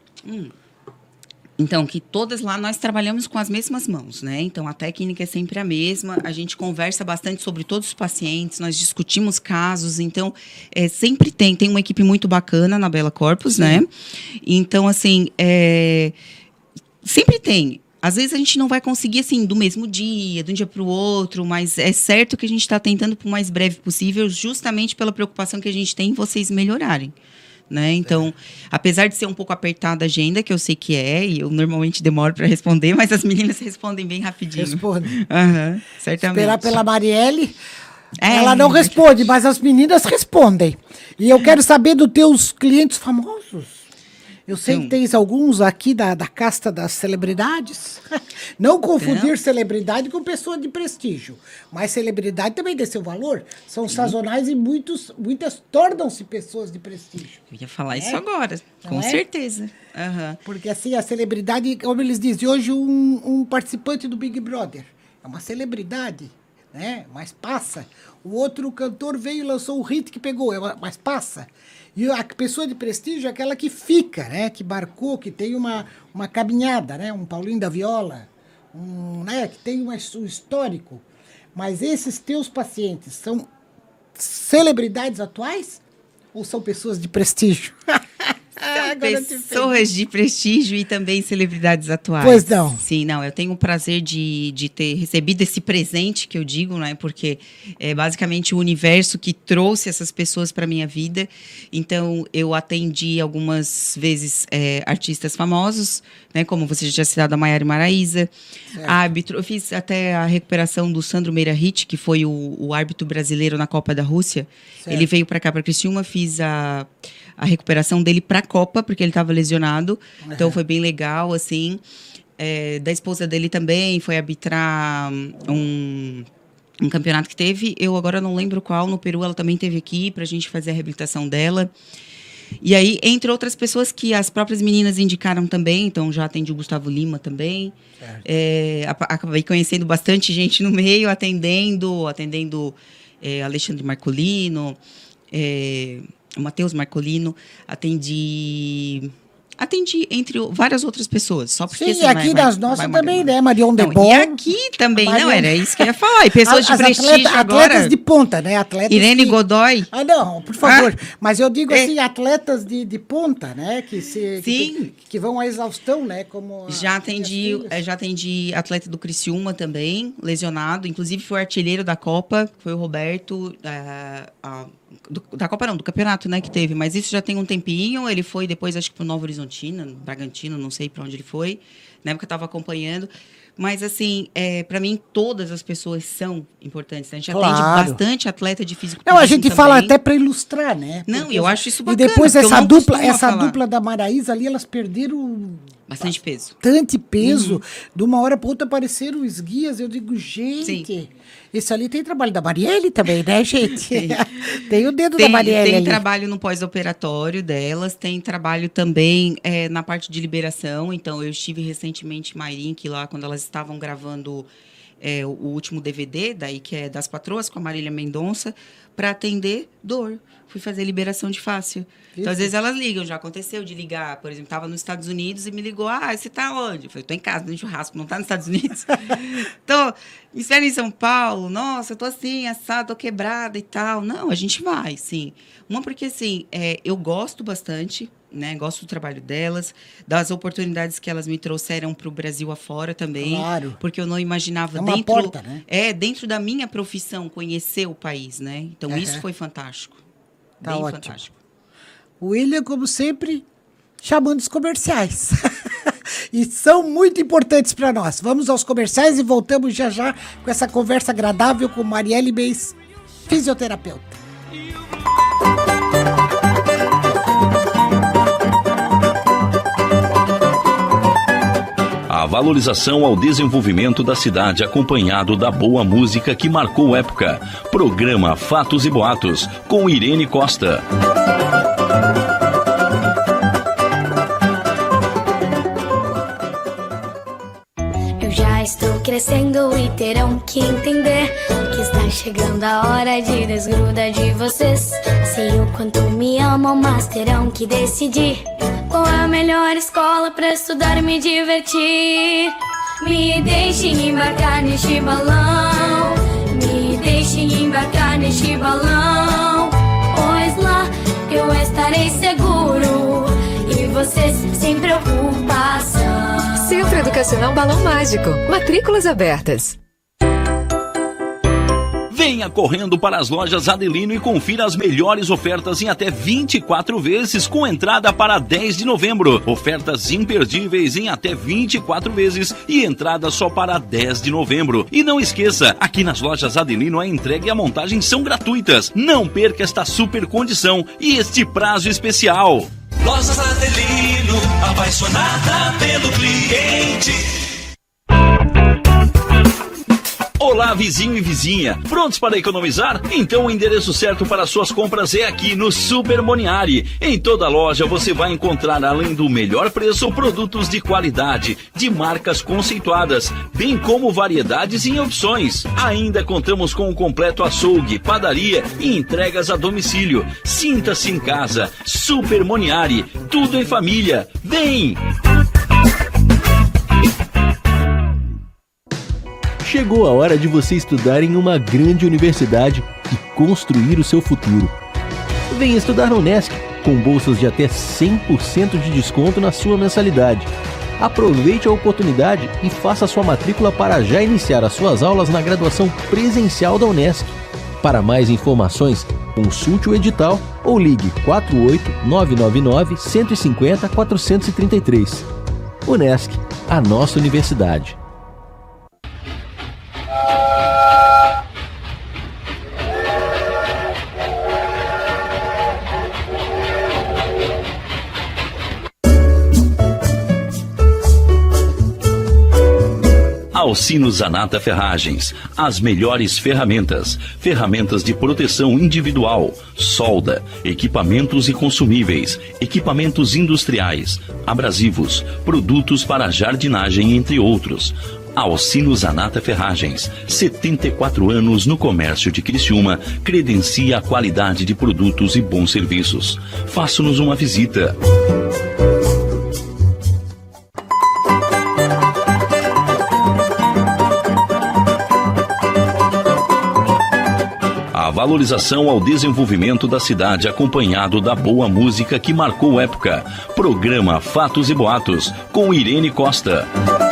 Então, que todas lá nós trabalhamos com as mesmas mãos, né? Então, a técnica é sempre a mesma, a gente conversa bastante sobre todos os pacientes, nós discutimos casos, então, sempre tem uma equipe muito bacana na Bela Corpus, né? Então, assim, sempre tem. Às vezes a gente não vai conseguir, assim, do mesmo dia, de um dia para o outro, mas é certo que a gente está tentando para o mais breve possível, justamente pela preocupação que a gente tem em vocês melhorarem. Né? Então, apesar de ser um pouco apertada a agenda, que eu sei que e eu normalmente demoro para responder, mas as meninas respondem bem rapidinho. Responde. Certamente. Esperar pela Marielle, ela não responde, mas as meninas respondem. E eu quero saber dos teus clientes famosos. Eu sei que tens alguns aqui da casta das celebridades. Não confundir celebridade com pessoa de prestígio. Mas celebridade também tem seu valor. São sazonais e muitas tornam-se pessoas de prestígio. Eu ia falar isso agora, com certeza. Uhum. Porque assim, a celebridade, como eles dizem, hoje um participante do Big Brother é uma celebridade, né? Mas passa. O outro cantor veio e lançou um hit que pegou, mas passa. E a pessoa de prestígio é aquela que fica, né? Que marcou, que tem uma caminhada, né? Um Paulinho da Viola, né? Que tem um histórico. Mas esses teus pacientes são celebridades atuais ou são pessoas de prestígio? Pessoas de prestígio e também celebridades atuais. Pois não. Sim, não, eu tenho o prazer de ter recebido esse presente que eu digo, né? Porque é basicamente o universo que trouxe essas pessoas para minha vida. Então, eu atendi algumas vezes artistas famosos, né? Como você já tinha citado, a Maiara e Maraísa. Árbitro, eu fiz até a recuperação do Sandro Meirahit, que foi o árbitro brasileiro na Copa da Rússia. Certo. Ele veio para cá, para Criciúma, fiz a recuperação dele para a Copa, porque ele estava lesionado. Então, foi bem legal, assim. Da esposa dele também, foi arbitrar um campeonato que teve. Eu agora não lembro qual, no Peru, ela também esteve aqui para a gente fazer a reabilitação dela. E aí, entre outras pessoas que as próprias meninas indicaram também, então já atendi o Gustavo Lima também. Acabei conhecendo bastante gente no meio, atendendo Alexandre Marcolino, o Matheus Marcolino, atendi entre várias outras pessoas. Só porque sim, aqui das nossas também, né? Marion Debon. E aqui também, não, era isso que eu ia falar. E pessoas de prestígio agora. Atletas de ponta, né? Irene Godoy. Não, por favor. Mas eu digo assim, atletas de ponta, né? Que vão à exaustão, né? Como já atendi atleta do Criciúma também, lesionado. Inclusive foi o artilheiro da Copa, foi o Roberto, da Copa não, do campeonato, né, que teve. Mas isso já tem um tempinho. Ele foi depois, acho que pro Novo Horizontino, Bragantino, não sei para onde ele foi. Na época eu estava acompanhando. Mas, assim, para mim, todas as pessoas são importantes. Né? A gente atende bastante atleta de físico. Não, a gente fala até para ilustrar, né? Não, eu acho isso bacana. E depois essa dupla da Maraísa ali, elas perderam bastante peso. Bastante peso. De uma hora para outra apareceram os guias. Eu digo, gente, esse ali tem trabalho da Marielle também, né, gente? Tem o dedo da Marielle Tem ali. Trabalho no pós-operatório delas, tem trabalho também na parte de liberação. Então, eu estive recentemente em Mairink, lá, quando elas estavam gravando o último DVD, daí que é Das Patroas, com a Marília Mendonça, para atender dor. Fui fazer liberação de fáscia. Então, às vezes, elas ligam. Já aconteceu de ligar, por exemplo, estava nos Estados Unidos e me ligou, você está onde? Eu falei, estou em casa, no churrasco, não está nos Estados Unidos? Estou em São Paulo, nossa, eu estou assim, assada, estou quebrada e tal. Não, a gente vai, sim. Uma porque, assim, eu gosto bastante, né? Gosto do trabalho delas, das oportunidades que elas me trouxeram para o Brasil afora também. Claro. Porque eu não imaginava porta, né? Dentro da minha profissão, conhecer o país, né? Então, isso foi fantástico. Tá bem ótimo. Fantástico. O William, como sempre, chamando os comerciais. E são muito importantes para nós. Vamos aos comerciais e voltamos já com essa conversa agradável com Marielle Beis, fisioterapeuta. A valorização ao desenvolvimento da cidade acompanhado da boa música que marcou época. Programa Fatos e Boatos, com Irene Costa. Eu já estou crescendo e terão que entender que está chegando a hora de desgrudar de vocês. Sei o quanto me amam, mas terão que decidir qual é a melhor escola pra estudar e me divertir. Me deixem embarcar neste balão, me deixem embarcar neste balão, pois lá eu estarei seguro e vocês sem preocupação. Centro Educacional Balão Mágico. Matrículas abertas. Venha correndo para as lojas Adelino e confira as melhores ofertas em até 24 vezes com entrada para 10 de novembro. Ofertas imperdíveis em até 24 vezes e entrada só para 10 de novembro. E não esqueça, aqui nas lojas Adelino a entrega e a montagem são gratuitas. Não perca esta super condição e este prazo especial. Lojas Adelino, apaixonada pelo cliente. Olá, vizinho e vizinha. Prontos para economizar? Então o endereço certo para suas compras é aqui no Super Moniari. Em toda loja você vai encontrar, além do melhor preço, produtos de qualidade, de marcas conceituadas, bem como variedades e opções. Ainda contamos com um completo açougue, padaria e entregas a domicílio. Sinta-se em casa. Super Moniari. Tudo em família. Vem! Chegou a hora de você estudar em uma grande universidade e construir o seu futuro. Venha estudar na Unesc, com bolsas de até 100% de desconto na sua mensalidade. Aproveite a oportunidade e faça sua matrícula para já iniciar as suas aulas na graduação presencial da Unesc. Para mais informações, consulte o edital ou ligue 48-999 150 433. Unesc, a nossa universidade. Alcino Zanata Ferragens, as melhores ferramentas, ferramentas de proteção individual, solda, equipamentos e consumíveis, equipamentos industriais, abrasivos, produtos para jardinagem, entre outros. Alcino Zanata Ferragens, 74 anos no comércio de Criciúma, credencia a qualidade de produtos e bons serviços. Faça-nos uma visita. A valorização ao desenvolvimento da cidade, acompanhado da boa música que marcou época. Programa Fatos e Boatos, com Irene Costa.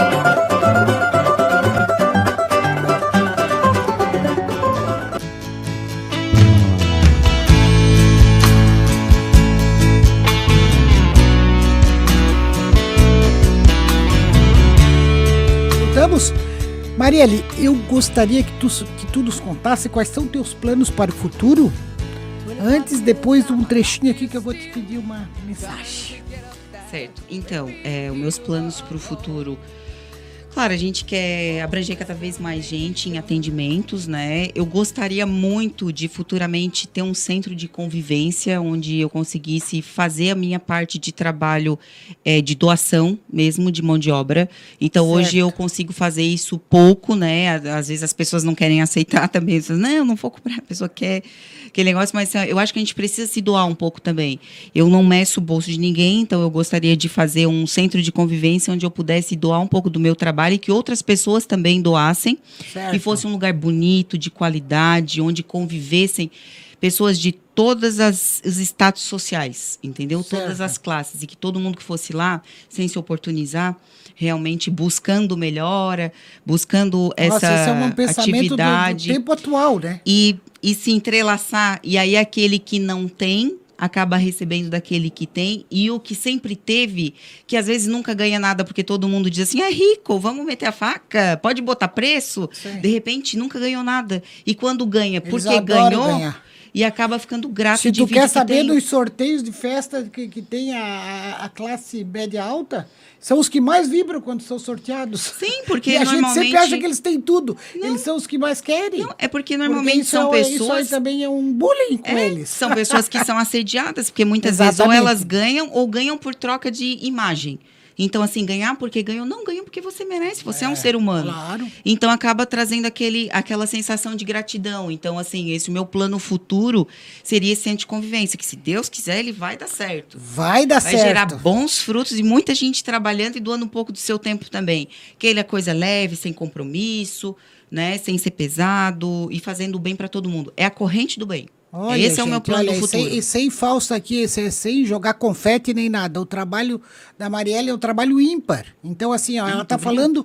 Voltamos. Marielle, eu gostaria que tu nos contasse quais são teus planos para o futuro. Antes, depois de um trechinho aqui que eu vou te pedir uma mensagem. Certo. Então, os meus planos para o futuro... Claro, a gente quer abranger cada vez mais gente em atendimentos, né? Eu gostaria muito de futuramente ter um centro de convivência onde eu conseguisse fazer a minha parte de trabalho de doação mesmo, de mão de obra. Então, certo. Hoje eu consigo fazer isso pouco, né? Às vezes as pessoas não querem aceitar também. Não, não vou cobrar, a pessoa quer aquele negócio, mas eu acho que a gente precisa se doar um pouco também. Eu não meço o bolso de ninguém, então eu gostaria de fazer um centro de convivência onde eu pudesse doar um pouco do meu trabalho e que outras pessoas também doassem, certo. Que fosse um lugar bonito, de qualidade, onde convivessem pessoas de todos os status sociais, entendeu? Certo. Todas as classes, e que todo mundo que fosse lá, sem se oportunizar, realmente buscando melhora, buscando esse é um pensamento atividade. Do tempo atual, né? E se entrelaçar, e aí aquele que não tem, acaba recebendo daquele que tem, e o que sempre teve, que às vezes nunca ganha nada, porque todo mundo diz assim, é rico, vamos meter a faca, pode botar preço, sim. De repente nunca ganhou nada, e quando ganha, porque ganhou, ganhar. E acaba ficando grato. Se tu quer saber dos sorteios de festa que tem a classe média alta, são os que mais vibram quando são sorteados. Sim, porque e a normalmente... gente sempre acha que eles têm tudo. Não. Eles são os que mais querem. Não, é porque normalmente são pessoas... Isso aí também é um bullying com eles. São pessoas que são assediadas, porque muitas vezes ou elas ganham ou ganham por troca de imagem. Então, assim, ganhar porque ganham, não ganham porque você merece, você é um ser humano. Claro. Então, acaba trazendo aquela sensação de gratidão. Então, assim, esse meu plano futuro seria esse centro de convivência, que se Deus quiser, ele vai dar certo. Vai dar certo. Vai gerar bons frutos e muita gente trabalhando e doando um pouco do seu tempo também. Que ele é coisa leve, sem compromisso, né, sem ser pesado e fazendo o bem para todo mundo. É a corrente do bem. Olha, esse é o meu plano futuro. E sem falso aqui, sem jogar confete nem nada. O trabalho da Marielle é um trabalho ímpar. Então, assim, ó, ela tá falando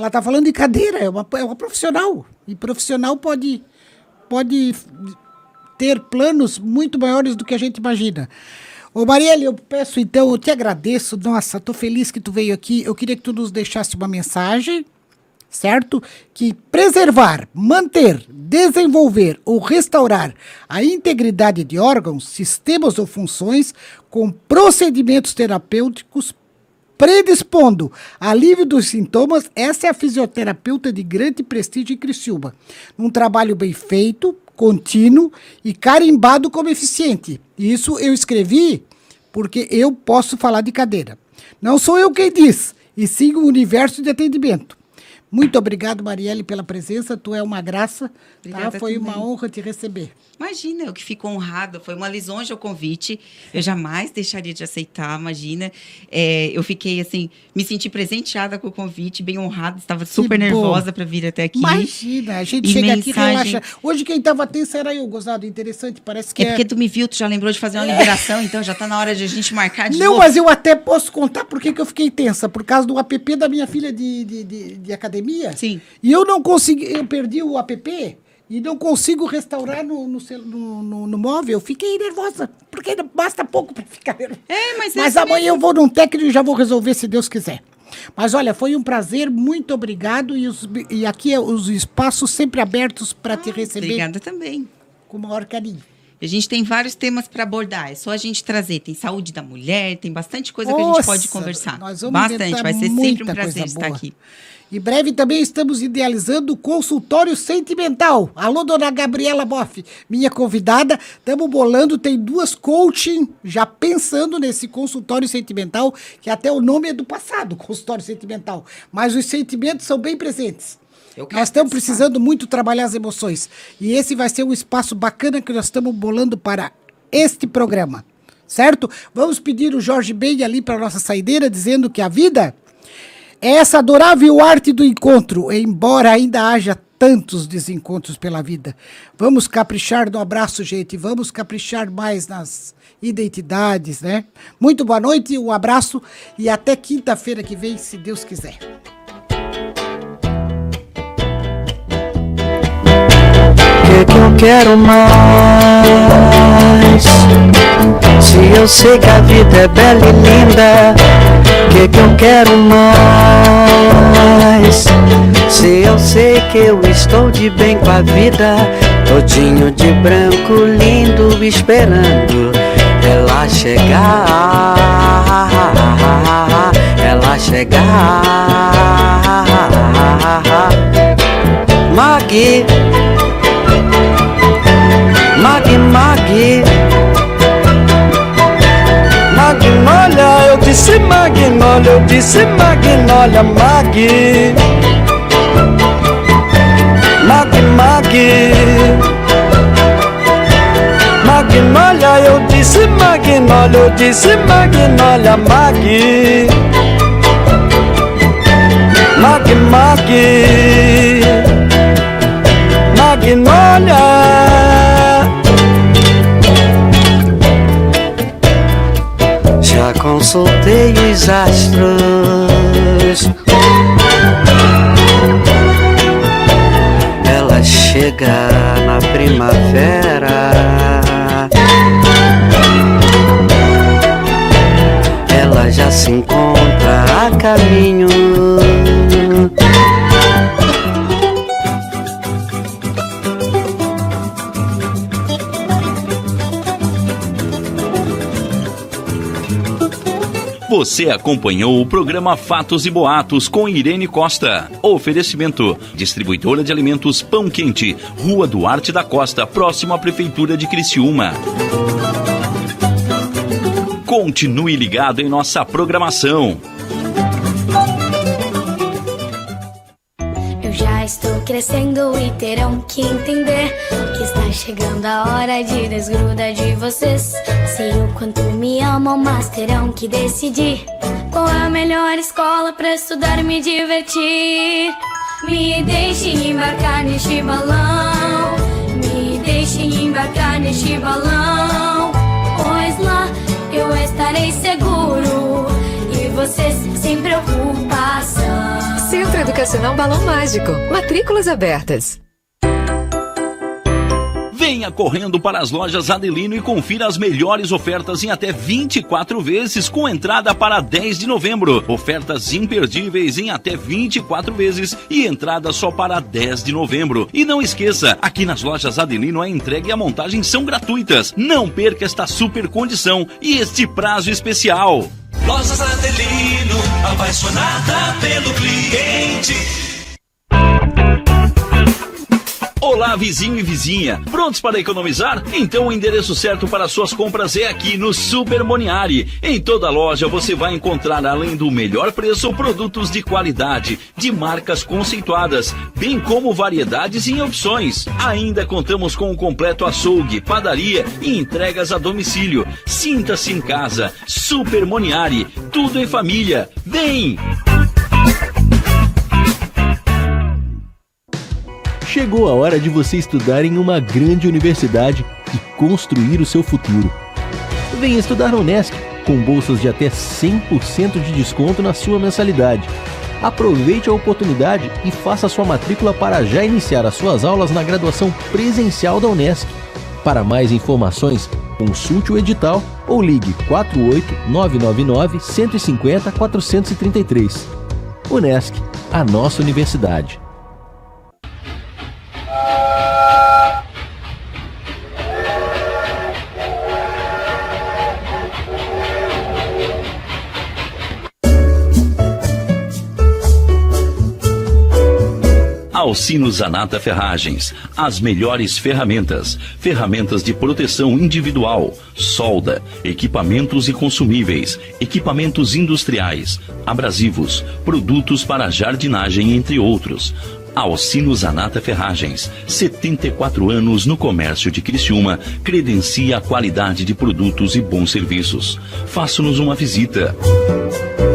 de cadeira, é uma profissional. E profissional pode ter planos muito maiores do que a gente imagina. Ô, Marielle, eu peço então, eu te agradeço. Nossa, tô feliz que tu veio aqui. Eu queria que tu nos deixasse uma mensagem, certo? Que preservar, manter, desenvolver ou restaurar a integridade de órgãos, sistemas ou funções com procedimentos terapêuticos predispondo alívio dos sintomas. Essa é a fisioterapeuta de grande prestígio em Criciúma. Um trabalho bem feito, contínuo e carimbado como eficiente. Isso eu escrevi porque eu posso falar de cadeira. Não sou eu quem diz, e sim o universo de atendimento. Muito obrigado, Marielle, pela presença. Tu é uma graça. Tá? Foi uma honra te receber. Imagina, eu que fico honrada. Foi uma lisonja o convite. Eu jamais deixaria de aceitar, imagina. Eu fiquei, assim, me senti presenteada com o convite, bem honrada. Estava super nervosa para vir até aqui. Imagina, a gente chega aqui e relaxa. Hoje quem estava tenso era eu, gozado. Interessante, parece que porque tu me viu, tu já lembrou de fazer uma liberação, então já está na hora de a gente marcar de novo. Não, mas eu até posso contar por que eu fiquei tensa. Por causa do app da minha filha de academia. Sim. E eu não consegui, eu perdi o app e não consigo restaurar no móvel. Fiquei nervosa, porque basta pouco para ficar nervosa. Mas amanhã eu vou num técnico e já vou resolver, se Deus quiser. Mas olha, foi um prazer, muito obrigado. E aqui os espaços sempre abertos para te receber. Obrigada também. Com o maior carinho. A gente tem vários temas para abordar, é só a gente trazer. Tem saúde da mulher, tem bastante coisa que a gente pode conversar. Nós vamos bastante, vai ser sempre um prazer estar aqui. Em breve também estamos idealizando o consultório sentimental. Alô, dona Gabriela Boff, minha convidada. Estamos bolando, tem 2 coaching já pensando nesse consultório sentimental, que até o nome é do passado, consultório sentimental. Mas os sentimentos são bem presentes. Nós estamos precisando muito trabalhar as emoções. E esse vai ser um espaço bacana que nós estamos bolando para este programa. Certo? Vamos pedir o Jorge Ben ali para a nossa saideira, dizendo que a vida é essa adorável arte do encontro, embora ainda haja tantos desencontros pela vida. Vamos caprichar no abraço, gente. Vamos caprichar mais nas identidades, né? Muito boa noite, um abraço e até quinta-feira que vem, se Deus quiser. Que eu quero mais? Se eu sei que a vida é bela e linda, que eu quero mais? Se eu sei que eu estou de bem com a vida, todinho de branco, lindo, esperando ela chegar, ela chegar. Maggie, Maggie, Maggie, Magnólia, eu disse Magnólia, eu disse Magnólia, Maggie, Maggie, Maggie, Magnólia, eu disse Magnólia, eu disse Magnólia, Maggie, Maggie, Maggie, Magnólia. Já consultei os astros, ela chega na primavera, ela já se encontra a caminho. Você acompanhou o programa Fatos e Boatos com Irene Costa. Oferecimento: distribuidora de alimentos Pão Quente, Rua Duarte da Costa, próximo à Prefeitura de Criciúma. Continue ligado em nossa programação. Eu já estou crescendo e terão que entender que está chegando a hora de desgrudar de vocês. Sei o quanto me amam, mas terão que decidir qual é a melhor escola pra estudar e me divertir. Me deixem embarcar neste balão, me deixem embarcar neste balão, pois lá eu estarei seguro e vocês sem preocupação. Centro Educacional Balão Mágico. Matrículas abertas. Venha correndo para as lojas Adelino e confira as melhores ofertas em até 24 vezes com entrada para 10 de novembro. Ofertas imperdíveis em até 24 vezes e entrada só para 10 de novembro. E não esqueça, aqui nas lojas Adelino a entrega e a montagem são gratuitas. Não perca esta super condição e este prazo especial. Lojas Adelino, apaixonada pelo cliente. Olá, vizinho e vizinha. Prontos para economizar? Então o endereço certo para suas compras é aqui no Super Moniari. Em toda loja você vai encontrar, além do melhor preço, produtos de qualidade, de marcas conceituadas, bem como variedades em opções. Ainda contamos com um completo açougue, padaria e entregas a domicílio. Sinta-se em casa. Super Moniari. Tudo em família. Vem! Chegou a hora de você estudar em uma grande universidade e construir o seu futuro. Venha estudar na Unesc, com bolsas de até 100% de desconto na sua mensalidade. Aproveite a oportunidade e faça sua matrícula para já iniciar as suas aulas na graduação presencial da Unesc. Para mais informações, consulte o edital ou ligue 48-999-150-433. Unesc, a nossa universidade. Alcino Zanata Ferragens, as melhores ferramentas, ferramentas de proteção individual, solda, equipamentos e consumíveis, equipamentos industriais, abrasivos, produtos para jardinagem, entre outros. Alcino Zanata Ferragens, 74 anos no comércio de Criciúma, credencia a qualidade de produtos e bons serviços. Faça-nos uma visita.